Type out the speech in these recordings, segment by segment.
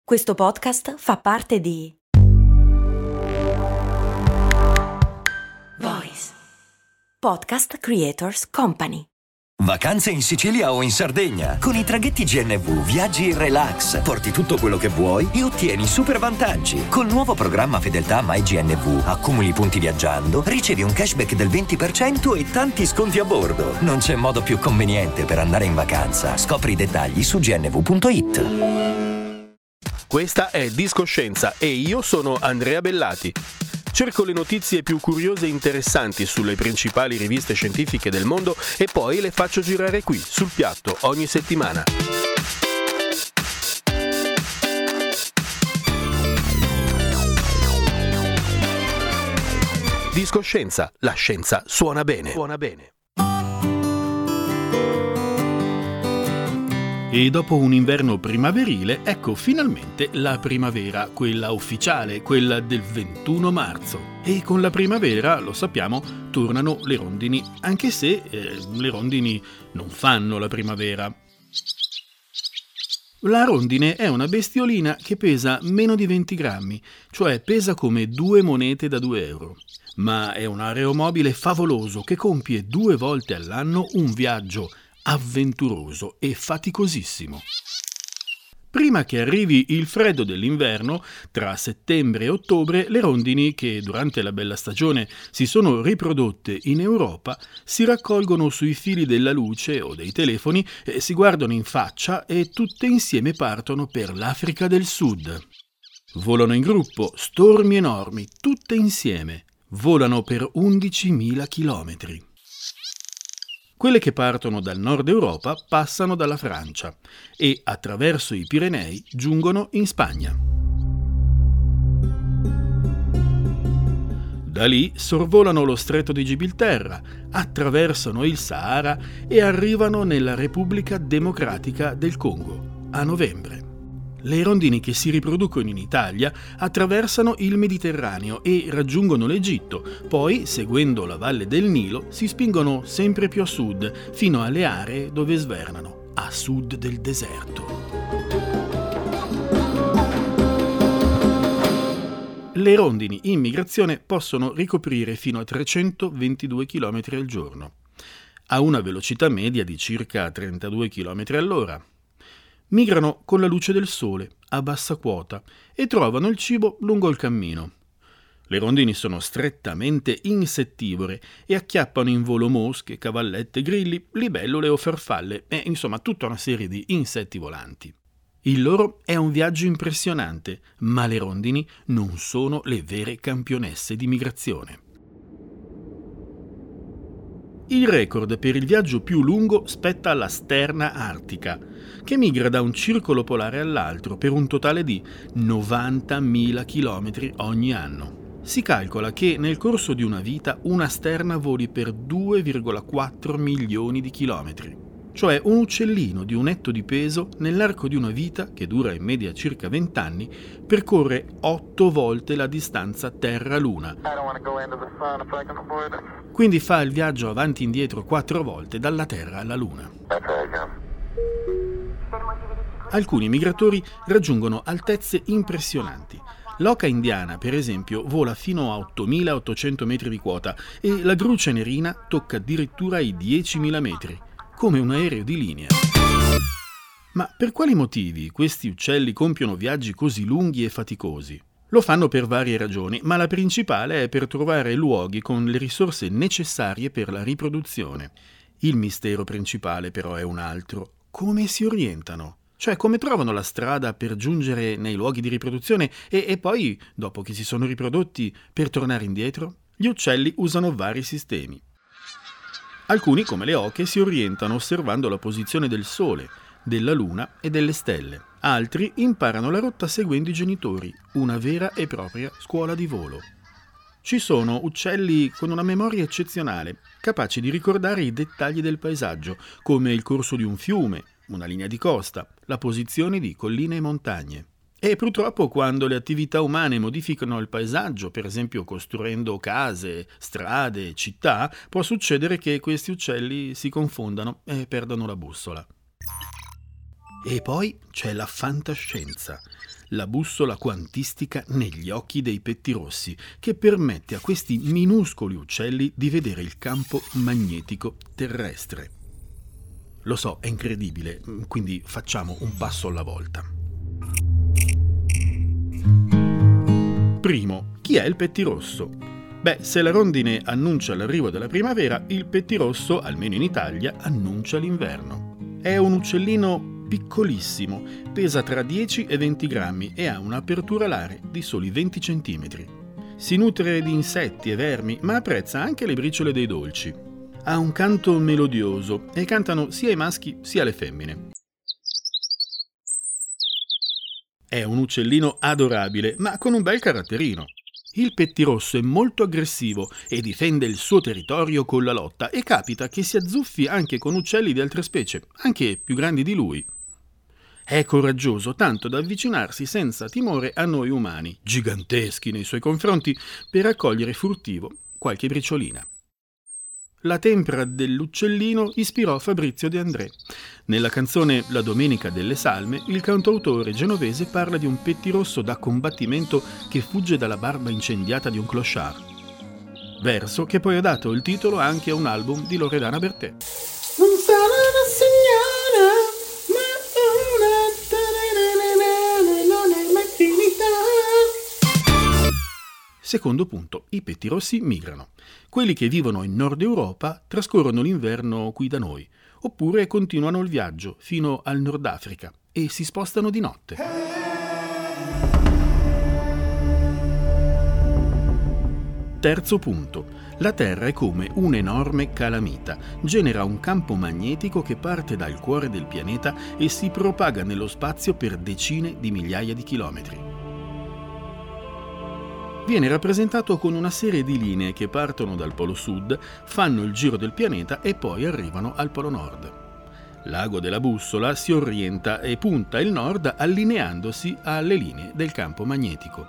Questo podcast fa parte di Voice Podcast Creators Company. Vacanze in Sicilia o in Sardegna. Con i traghetti GNV viaggi in relax, porti tutto quello che vuoi e ottieni super vantaggi. Col nuovo programma Fedeltà MyGNV accumuli punti viaggiando, ricevi un cashback del 20% e tanti sconti a bordo. Non c'è modo più conveniente per andare in vacanza. Scopri i dettagli su gnv.it. Questa è Discoscienza e io sono Andrea Bellati. Cerco le notizie più curiose e interessanti sulle principali riviste scientifiche del mondo e poi le faccio girare qui, sul piatto, ogni settimana. Discoscienza, la scienza suona bene. Suona bene. E dopo un inverno primaverile, ecco finalmente la primavera, quella ufficiale, quella del 21 marzo. E con la primavera, lo sappiamo, tornano le rondini, anche se le rondini non fanno la primavera. La rondine è una bestiolina che pesa meno di 20 grammi, cioè pesa come 2 monete da 2 euro. Ma è un aeromobile favoloso che compie 2 volte all'anno un viaggio avventuroso e faticosissimo. Prima che arrivi il freddo dell'inverno, tra settembre e ottobre, le rondini, che durante la bella stagione si sono riprodotte in Europa, si raccolgono sui fili della luce o dei telefoni, si guardano in faccia e tutte insieme partono per l'Africa del Sud. Volano in gruppo, stormi enormi, tutte insieme. Volano per 11.000 chilometri. Quelle che partono dal nord Europa passano dalla Francia e attraverso i Pirenei giungono in Spagna. Da lì sorvolano lo stretto di Gibilterra, attraversano il Sahara e arrivano nella Repubblica Democratica del Congo a novembre. Le rondini che si riproducono in Italia attraversano il Mediterraneo e raggiungono l'Egitto, poi, seguendo la valle del Nilo, si spingono sempre più a sud, fino alle aree dove svernano, a sud del deserto. Le rondini in migrazione possono ricoprire fino a 322 km al giorno, a una velocità media di circa 32 km all'ora. Migrano con la luce del sole, a bassa quota, e trovano il cibo lungo il cammino. Le rondini sono strettamente insettivore e acchiappano in volo mosche, cavallette, grilli, libellule o farfalle e, insomma, tutta una serie di insetti volanti. Il loro è un viaggio impressionante, ma le rondini non sono le vere campionesse di migrazione. Il record per il viaggio più lungo spetta alla sterna artica, che migra da un circolo polare all'altro per un totale di 90.000 chilometri ogni anno. Si calcola che nel corso di una vita una sterna voli per 2,4 milioni di chilometri, cioè un uccellino di un etto di peso nell'arco di una vita, che dura in media circa 20 anni, percorre 8 volte la distanza Terra-Luna. Quindi fa il viaggio avanti e indietro 4 volte dalla Terra alla Luna. Alcuni migratori raggiungono altezze impressionanti. L'oca indiana, per esempio, vola fino a 8.800 metri di quota e la gru cenerina tocca addirittura i 10.000 metri, come un aereo di linea. Ma per quali motivi questi uccelli compiono viaggi così lunghi e faticosi? Lo fanno per varie ragioni, ma la principale è per trovare luoghi con le risorse necessarie per la riproduzione. Il mistero principale però è un altro: come si orientano? Cioè, come trovano la strada per giungere nei luoghi di riproduzione e poi, dopo che si sono riprodotti, per tornare indietro? Gli uccelli usano vari sistemi. Alcuni, come le oche, si orientano osservando la posizione del Sole, della Luna e delle stelle. Altri imparano la rotta seguendo i genitori, una vera e propria scuola di volo. Ci sono uccelli con una memoria eccezionale, capaci di ricordare i dettagli del paesaggio, come il corso di un fiume, una linea di costa, la posizione di colline e montagne. E purtroppo quando le attività umane modificano il paesaggio, per esempio costruendo case, strade, città, può succedere che questi uccelli si confondano e perdano la bussola. E poi c'è la fantascienza. la bussola quantistica negli occhi dei pettirossi, che permette a questi minuscoli uccelli di vedere il campo magnetico terrestre. Lo so, è incredibile, quindi facciamo un passo alla volta. Primo, chi è il pettirosso? Beh, se la rondine annuncia l'arrivo della primavera, il pettirosso, almeno in Italia, annuncia l'inverno. È un uccellino piccolissimo, pesa tra 10 e 20 grammi e ha un'apertura alare di soli 20 centimetri. Si nutre di insetti e vermi, ma apprezza anche le briciole dei dolci. Ha un canto melodioso e cantano sia i maschi sia le femmine. È un uccellino adorabile, ma con un bel caratterino. Il pettirosso è molto aggressivo e difende il suo territorio con la lotta e capita che si azzuffi anche con uccelli di altre specie, anche più grandi di lui. È coraggioso tanto da avvicinarsi senza timore a noi umani, giganteschi nei suoi confronti, per raccogliere furtivo qualche briciolina. La tempra dell'uccellino ispirò Fabrizio De André. Nella canzone La Domenica delle Salme, il cantautore genovese parla di un pettirosso da combattimento che fugge dalla barba incendiata di un clochard. Verso che poi ha dato il titolo anche a un album di Loredana Bertè. Non sarà una signora, ma una non è mai finita. Secondo punto, i pettirossi migrano. Quelli che vivono in Nord Europa trascorrono l'inverno qui da noi, oppure continuano il viaggio fino al Nord Africa e si spostano di notte. Terzo punto. La Terra è come un'enorme calamita. Genera un campo magnetico che parte dal cuore del pianeta e si propaga nello spazio per decine di migliaia di chilometri. Viene rappresentato con una serie di linee che partono dal polo sud, fanno il giro del pianeta e poi arrivano al polo nord. L'ago della bussola si orienta e punta il nord allineandosi alle linee del campo magnetico.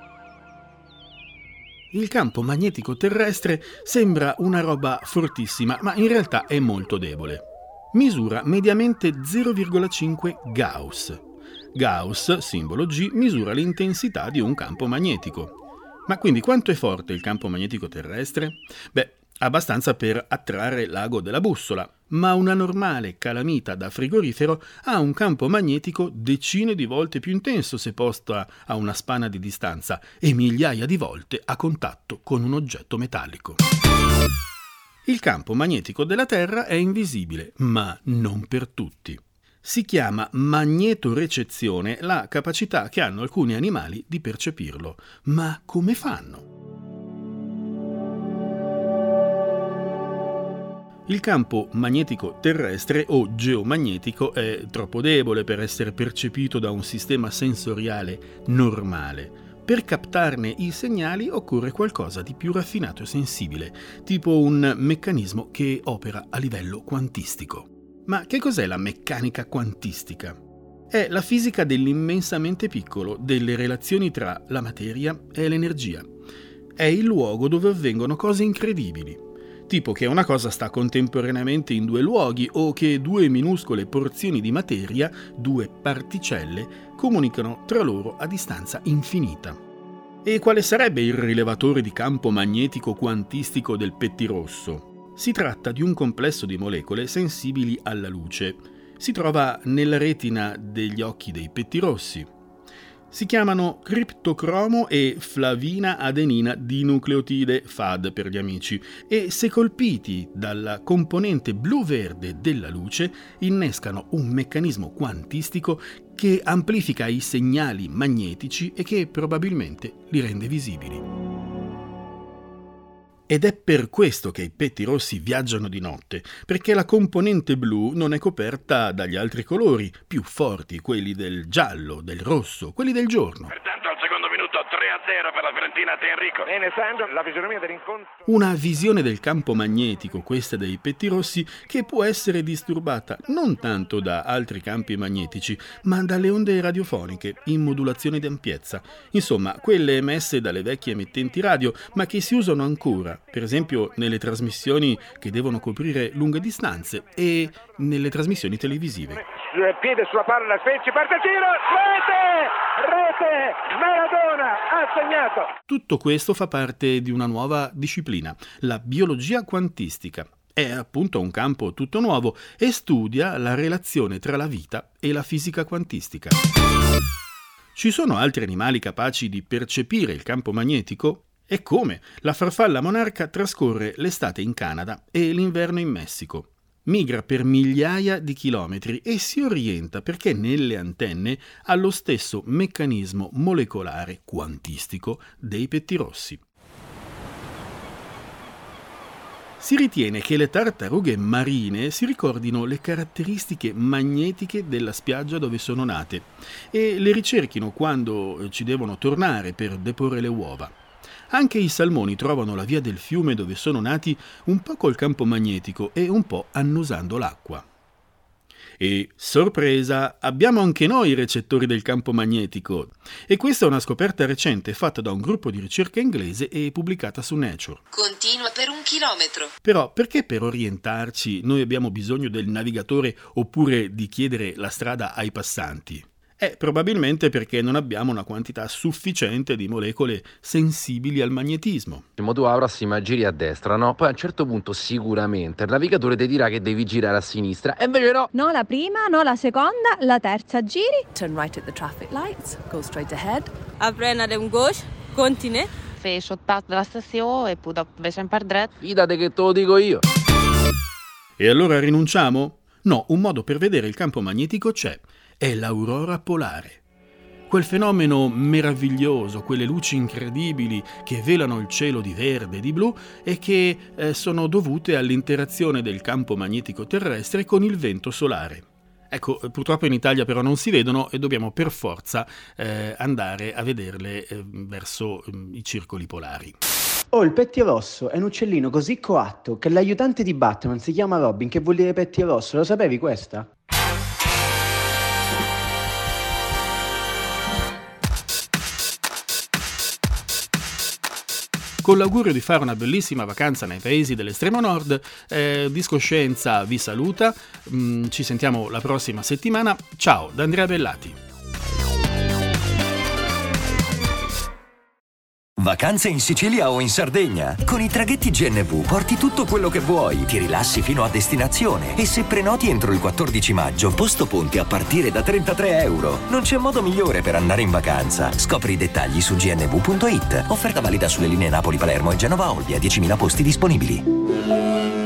Il campo magnetico terrestre sembra una roba fortissima, ma in realtà è molto debole. Misura mediamente 0,5 Gauss. Gauss, simbolo G, misura l'intensità di un campo magnetico. Ma quindi quanto è forte il campo magnetico terrestre? Beh, abbastanza per attrarre l'ago della bussola, ma una normale calamita da frigorifero ha un campo magnetico decine di volte più intenso se posta a una spanna di distanza e migliaia di volte a contatto con un oggetto metallico. Il campo magnetico della Terra è invisibile, ma non per tutti. Si chiama magnetorecezione la capacità che hanno alcuni animali di percepirlo. Ma come fanno? Il campo magnetico terrestre o geomagnetico è troppo debole per essere percepito da un sistema sensoriale normale. Per captarne i segnali occorre qualcosa di più raffinato e sensibile, tipo un meccanismo che opera a livello quantistico. Ma che cos'è la meccanica quantistica? È la fisica dell'immensamente piccolo, delle relazioni tra la materia e l'energia. È il luogo dove avvengono cose incredibili, tipo che una cosa sta contemporaneamente in due luoghi o che due minuscole porzioni di materia, due particelle, comunicano tra loro a distanza infinita. E quale sarebbe il rilevatore di campo magnetico quantistico del pettirosso? Si tratta di un complesso di molecole sensibili alla luce. Si trova nella retina degli occhi dei pettirossi. Si chiamano criptocromo e flavina adenina dinucleotide, FAD per gli amici, e se colpiti dalla componente blu-verde della luce innescano un meccanismo quantistico che amplifica i segnali magnetici e che probabilmente li rende visibili. Ed è per questo che i pettirossi viaggiano di notte, perché la componente blu non è coperta dagli altri colori, più forti, quelli del giallo, del rosso, quelli del giorno. Pertanto al secondo minuto 3 3-0 per la Fiorentina di Enrico. Bene Sandro, la fisionomia dell'incontro. Una visione del campo magnetico, questa dei pettirossi, che può essere disturbata non tanto da altri campi magnetici, ma dalle onde radiofoniche in modulazione di ampiezza. Insomma, quelle emesse dalle vecchie emittenti radio, ma che si usano ancora, per esempio nelle trasmissioni che devono coprire lunghe distanze e nelle trasmissioni televisive. Piede sulla palla, Spezzi, parte il tiro, rete, Maradona ha segnato. Tutto questo fa parte di una nuova disciplina, la biologia quantistica. È appunto un campo tutto nuovo e studia la relazione tra la vita e la fisica quantistica. Ci sono altri animali capaci di percepire il campo magnetico? E come? La farfalla monarca trascorre l'estate in Canada e l'inverno in Messico. Migra per migliaia di chilometri e si orienta perché nelle antenne ha lo stesso meccanismo molecolare quantistico dei pettirossi. Si ritiene che le tartarughe marine si ricordino le caratteristiche magnetiche della spiaggia dove sono nate e le ricerchino quando ci devono tornare per deporre le uova. Anche i salmoni trovano la via del fiume dove sono nati un po' col campo magnetico e un po' annusando l'acqua. E, sorpresa, abbiamo anche noi i recettori del campo magnetico. E questa è una scoperta recente fatta da un gruppo di ricerca inglese e pubblicata su Nature. Continua per 1 chilometro. Però perché per orientarci noi abbiamo bisogno del navigatore oppure di chiedere la strada ai passanti? Probabilmente perché non abbiamo una quantità sufficiente di molecole sensibili al magnetismo. Tu prossima giri a destra, no? Poi a un certo punto sicuramente il navigatore ti dirà che devi girare a sinistra. E invece no! No, la prima, no, la seconda, la terza giri. Turn right at the traffic lights, go straight ahead. Après un gauche, continue. Fais shot pass de la station e poi dopo sempre dret. Fidate che te lo dico io. E allora rinunciamo? No, un modo per vedere il campo magnetico c'è. È l'aurora polare. Quel fenomeno meraviglioso, quelle luci incredibili che velano il cielo di verde e di blu e che sono dovute all'interazione del campo magnetico terrestre con il vento solare. Ecco, purtroppo in Italia però non si vedono e dobbiamo per forza andare a vederle verso i circoli polari. Il pettirosso è un uccellino così coatto che l'aiutante di Batman si chiama Robin, che vuol dire pettirosso. Lo sapevi questa? Con l'augurio di fare una bellissima vacanza nei paesi dell'estremo nord, Discoscienza vi saluta, ci sentiamo la prossima settimana, ciao da Andrea Bellati. Vacanze in Sicilia o in Sardegna? Con i traghetti GNV porti tutto quello che vuoi, ti rilassi fino a destinazione e se prenoti entro il 14 maggio, posto ponti a partire da €33. Non c'è modo migliore per andare in vacanza. Scopri i dettagli su gnv.it. Offerta valida sulle linee Napoli-Palermo e Genova-Olbia, 10.000 posti disponibili.